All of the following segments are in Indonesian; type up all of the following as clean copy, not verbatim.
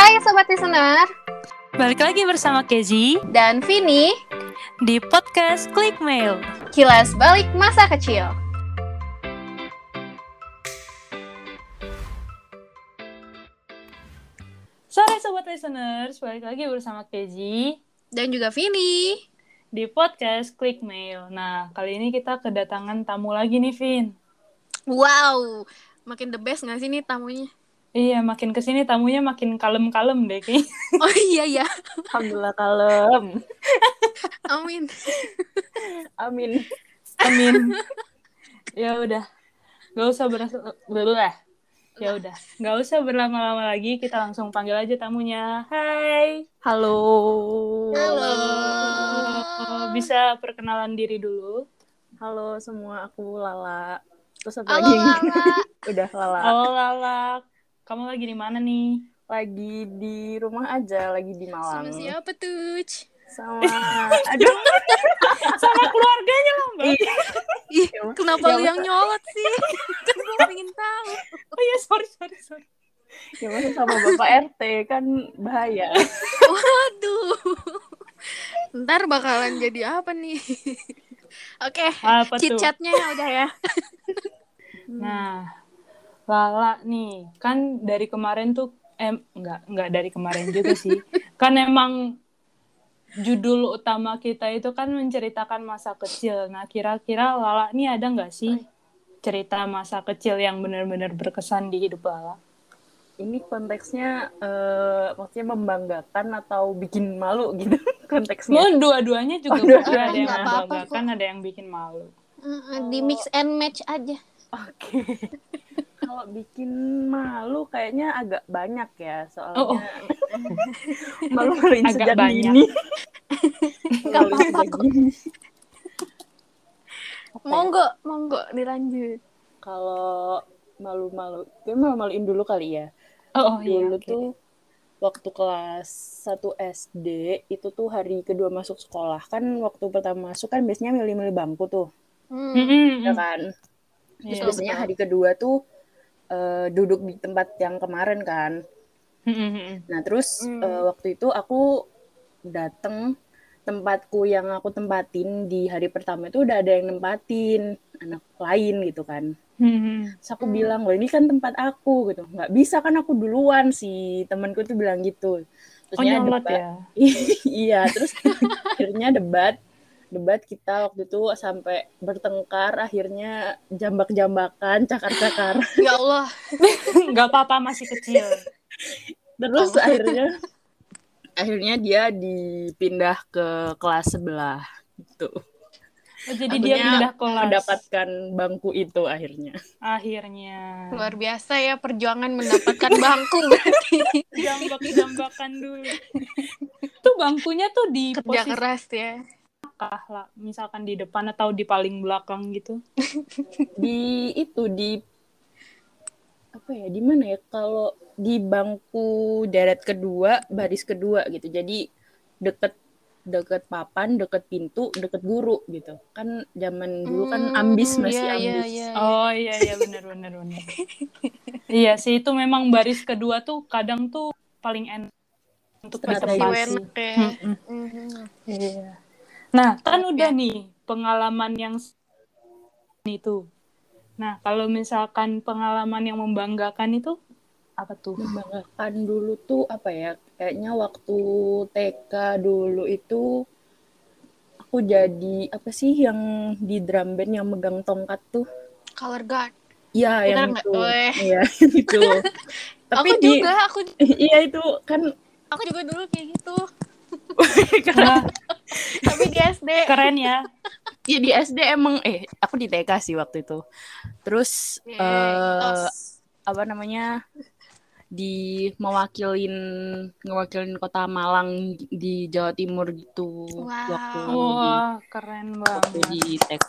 Hai Sobat Listener, Balik lagi bersama Kezi dan Vini di podcast Klik Mail. Kilas Balik Masa Kecil. Sore Sobat Listeners, balik lagi bersama Kezi Dan juga Vini. di podcast Klik Mail. Nah, kali ini kita kedatangan tamu lagi nih, Vin. Wow, makin the best gak sih nih tamunya? Iya, makin kesini tamunya makin kalem-kalem deh, kayaknya. Oh iya. Alhamdulillah kalem. Amin. Amin. Ya udah, nggak usah berlama-lama lagi, kita langsung panggil aja tamunya. Hai. Halo. Halo. Bisa perkenalan diri dulu. Halo semua, aku Lala. Terus apa Halo lagi? Lala. Udah Lala. Halo Lala, kamu lagi di mana nih? Lagi di rumah aja, lagi di Malang. Sama siapa tuh? Sama aduh, Sama keluarganya lah, Mbak. Ih, kenapa Ya, lu yang nyolot sih? Kan gue pengen tahu. Oh iya, sorry. ya masa sama Bapak RT kan bahaya. Waduh. Ntar bakalan jadi apa nih? Oke, Apa tuh? chit-chatnya udah ya. Nah, Lala nih, kan dari kemarin tuh enggak dari kemarin juga sih. Kan emang judul utama kita itu kan menceritakan masa kecil. Nah, kira-kira Lala nih ada nggak sih cerita masa kecil yang benar-benar berkesan di hidup Lala? Ini konteksnya maksudnya membanggakan atau bikin malu gitu konteksnya. Mau dua-duanya juga Oh, boleh, dua-duanya. ada yang Nggak apa-apa membanggakan, ada yang bikin malu. Di mix and match aja. Oke. Kalau bikin malu kayaknya agak banyak ya, soalnya Oh. malu-maluin Agak sejak banyak. dini. Nggak Maluin apa-apa sejak kok. dini. Monggo dilanjut. Kalau kayak malu-maluin dulu kali ya. Oh Dulu iya. tuh waktu kelas 1 SD itu tuh hari kedua masuk sekolah. Kan waktu pertama masuk kan biasanya milih-milih bangku tuh. Ya kan? Terus Iya. biasanya hari kedua tuh duduk di tempat yang kemarin kan. Nah terus waktu itu aku dateng, tempatku yang aku tempatin di hari pertama itu udah ada yang nempatin anak lain gitu kan. Terus aku bilang, loh ini kan tempat aku gitu. Nggak bisa kan aku duluan, si temanku tuh bilang gitu. Terusnya nyolot debat. ya. Iya, terus akhirnya debat kita waktu itu sampai bertengkar, akhirnya jambak-jambakan, cakar-cakar. Ya Allah. Nggak apa-apa, masih kecil. Terus akhirnya dia dipindah ke kelas sebelah gitu. Oh, jadi dia pindah kelas. Mendapatkan bangku itu akhirnya. Luar biasa ya perjuangan mendapatkan bangku berarti. Jambak-jambakan dulu. Tuh bangkunya tuh di Kerja posisi keras ya. kah lah, misalkan di depan atau di paling belakang gitu. Di apa ya, di mana ya, kalau di bangku deret kedua baris kedua gitu, jadi deket papan, deket pintu, deket guru gitu kan. Zaman dulu kan ambis, masih ambis. Iya. Oh iya benar. Iya sih, itu memang baris kedua tuh kadang tuh paling enak untuk Strategi ditempati. enak ya. Iya. Nah, kan udah nih pengalaman yang itu. Nah, kalau misalkan pengalaman yang membanggakan itu apa tuh? Membanggakan dulu tuh apa ya, kayaknya waktu TK dulu itu aku jadi apa sih yang di drum band yang megang tongkat tuh. Color guard. Iya, yang nggak? itu. Weh. Iya, itu. Tapi Aku iya itu kan juga dulu kayak gitu. Wah, Tapi di SD. keren ya. ya di SD emang aku di TK sih waktu itu. Terus apa namanya, ngewakilin kota Malang di Jawa Timur gitu. Wow. Wah, keren waktu banget. di TK.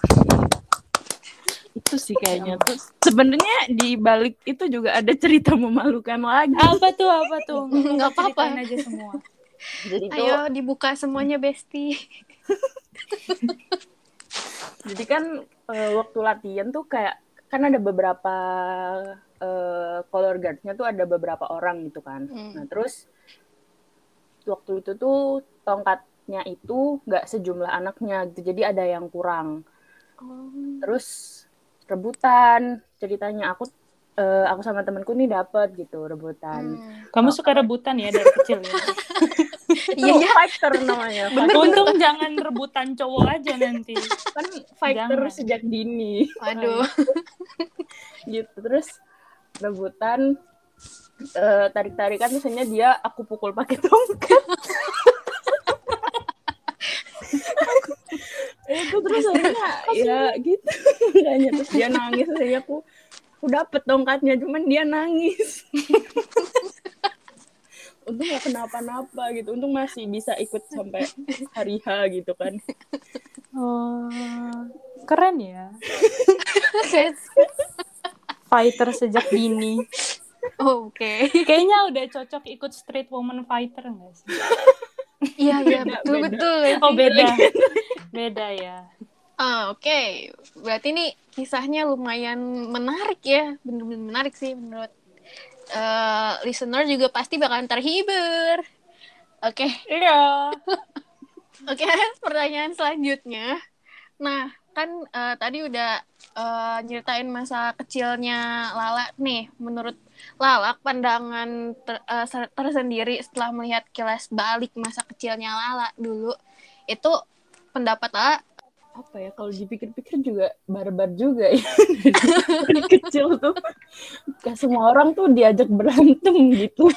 Itu sih kayaknya. Terus sebenarnya di balik itu juga ada cerita memalukan lagi. Apa tuh? Nggak apa-apa. Ceritain aja semua. Jadi tuh, Ayo dibuka semuanya Besti. jadi kan waktu latihan tuh kayak kan ada beberapa color guard-nya tuh ada beberapa orang gitu kan. Nah terus waktu itu tuh tongkatnya itu nggak sejumlah anaknya gitu, jadi ada yang kurang. Terus rebutan ceritanya, aku sama temanku nih dapet gitu rebutan. Kamu suka rebutan ya dari kecil ya? Itu fighter namanya. Untung jangan rebutan cowok aja nanti. Kan fighter Jangan. sejak dini. Aduh. Gitu terus rebutan tarik-tarikan, misalnya dia aku pukul pakai tongkat. Itu terus akhirnya ya gitu. Makanya terus dia nangis, akhirnya aku dapet tongkatnya, cuman dia nangis. Untung gak kenapa-napa gitu, untung masih bisa ikut sampai hari H gitu kan. Oh, keren ya. Fighter sejak dini. Oke. Kayaknya udah cocok ikut Street Woman Fighter nggak sih? Iya, betul. Oh, beda ya. Oke. Berarti nih kisahnya lumayan menarik ya. Bener-bener menarik sih menurut listener juga pasti bakalan terhibur. Oke. Iya. Oke, pertanyaan selanjutnya. Nah, kan tadi udah nyeritain masa kecilnya Lala nih. Menurut Lala, pandangan tersendiri setelah melihat kilas balik masa kecilnya Lala dulu, itu pendapat Lala apa ya, kalau dipikir-pikir juga barbar juga ya. Dari kecil tuh kayak semua orang tuh diajak berantem gitu.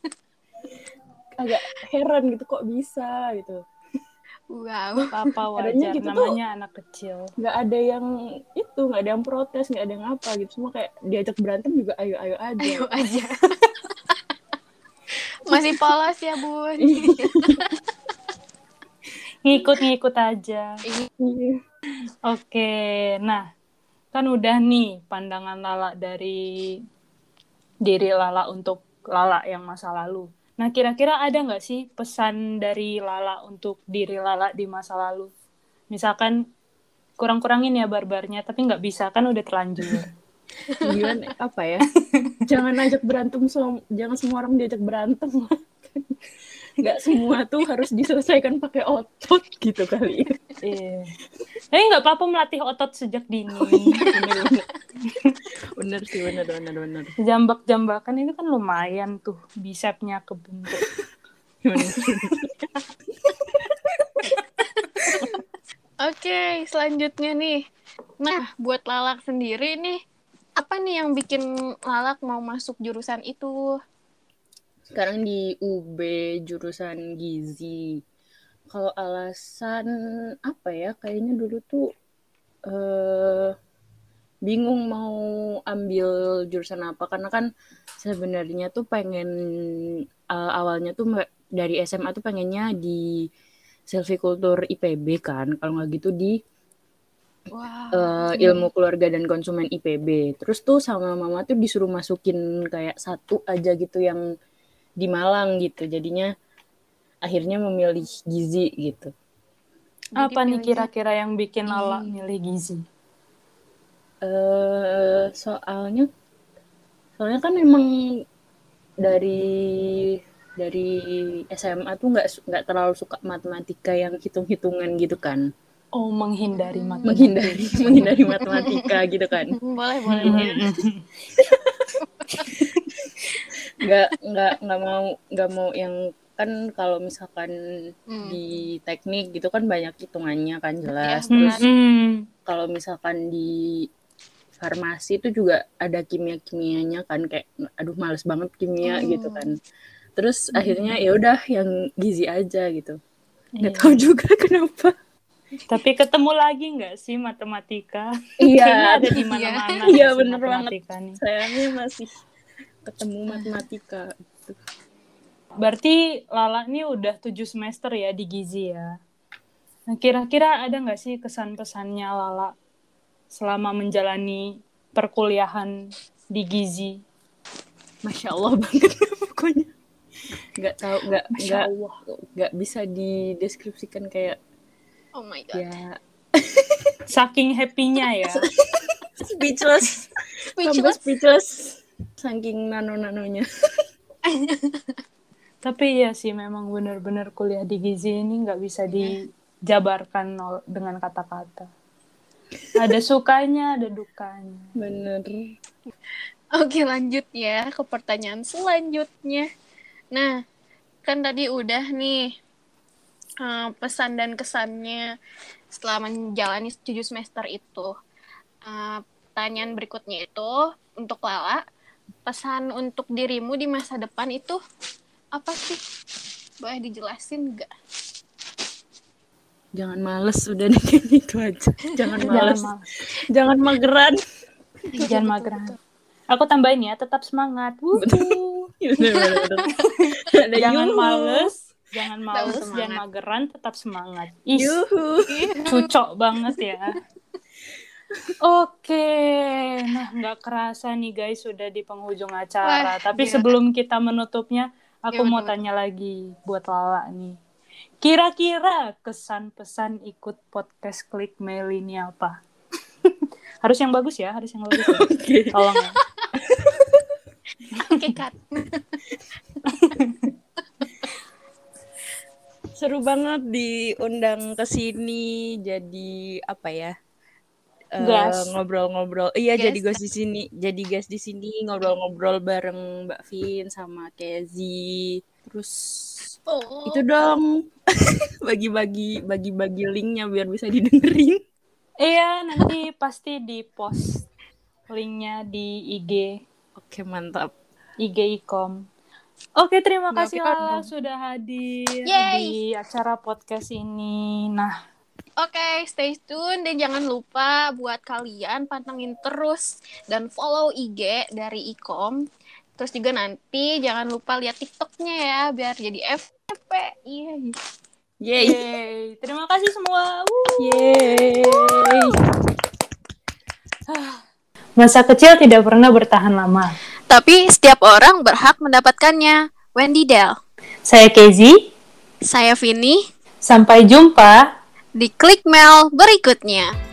Agak heran gitu kok bisa gitu. wow. Apa Adanya wajar gitu namanya anak kecil. Nggak ada yang itu, nggak ada yang protes, nggak ada yang apa gitu, semua kayak diajak berantem juga ayo aja. Ayo aja. Masih polos ya, Bun. Ngikut aja. Iya. Oke, nah kan udah nih pandangan Lala dari diri Lala untuk Lala yang masa lalu. Nah, kira-kira ada nggak sih pesan dari Lala untuk diri Lala di masa lalu? Misalkan kurang-kurangin ya barbarnya, tapi nggak bisa, kan udah terlanjur. Gimana apa ya? Jangan ajak berantem, jangan semua orang diajak berantem. Nggak semua tuh harus diselesaikan pakai otot gitu kali. Iya. Tapi nggak apa-apa melatih otot sejak dini. Bener sih, bener. Jambak-jambakan itu kan lumayan tuh, bisepnya kebentuk. Oke, selanjutnya nih. Nah, buat Lalak sendiri nih, apa nih yang bikin Lalak mau masuk jurusan itu? Sekarang di UB jurusan gizi. Kalau alasan apa ya? Kayaknya dulu tuh bingung mau ambil jurusan apa, karena kan sebenarnya tuh pengen awalnya tuh dari SMA tuh pengennya di Silvicultur IPB kan, kalau nggak gitu di ilmu keluarga dan konsumen IPB. Terus tuh sama mama tuh disuruh masukin kayak satu aja gitu yang di Malang gitu, jadinya akhirnya memilih gizi gitu. Apa nih kira-kira yang bikin Lala milih gizi? Soalnya kan emang dari SMA tuh nggak terlalu suka matematika yang hitung-hitungan gitu kan. Oh, menghindari matematika. menghindari matematika gitu kan. Boleh. nggak mau yang kan, kalau misalkan di teknik gitu kan banyak hitungannya kan jelas. Terus kalau misalkan di farmasi itu juga ada kimia-kimianya kan, kayak aduh males banget kimia gitu kan. Terus akhirnya ya udah yang gizi aja gitu. Nggak tahu juga kenapa. Tapi ketemu lagi nggak sih matematika? Iya. Kayaknya ada di mana-mana. Iya bener banget. Nih. Sayangnya masih ketemu matematika. Gitu. Berarti Lala ini udah 7 semester ya di gizi ya. Nah, kira-kira ada nggak sih kesan-pesannya Lala selama menjalani perkuliahan di gizi? Masya Allah banget pokoknya. Nggak bisa dideskripsikan kayak. Oh my god. Ya. Saking happy-nya ya. Speechless. Sampai speechless. Saking nano-nanonya. Tapi iya sih memang benar-benar kuliah di gizi ini nggak bisa dijabarkan dengan kata-kata. Ada sukanya, ada dukanya. Bener. Oke, lanjut ya ke pertanyaan selanjutnya. Nah, kan tadi udah nih pesan dan kesannya setelah menjalani 7 semester itu. Pertanyaan berikutnya itu untuk Lala, pesan untuk dirimu di masa depan itu apa sih? Boleh dijelasin nggak? Jangan males, udah deh kayak gitu aja. Jangan males. Jangan mageran. Jangan mageran. Aku tambahin ya, tetap semangat. Jangan males, jangan mageran, tetap semangat. Cucok banget ya. Oke, nah nggak kerasa nih guys, sudah di penghujung acara. Tapi sebelum kita menutupnya, aku mau tanya lagi buat Lala nih. Kira-kira kesan pesan ikut podcast Klik Mail ini apa? Harus yang bagus ya, harus yang bagus ya. Tolong ya. Oke, Kat. Seru banget diundang ke sini, jadi apa ya? Ngobrol-ngobrol. Iya, jadi guest di sini. Jadi guest di sini ngobrol-ngobrol bareng Mbak Vin sama Kezi. Terus itu dong. bagi-bagi linknya biar bisa didengerin. Iya, nanti pasti di post linknya di IG. Oke, mantap. IG Ikom. Oke, terima kasih Lala sudah hadir di acara podcast ini. Nah, oke, stay tune dan jangan lupa buat kalian pantengin terus dan follow IG dari Ikom. Terus juga nanti jangan lupa lihat TikToknya ya biar jadi FYP. Yeay. Terima kasih semua. Yeay. Masa kecil tidak pernah bertahan lama. Tapi setiap orang berhak mendapatkannya. Wendy Del. Saya Kezi. Saya Vini. Sampai jumpa di Klik Mail berikutnya.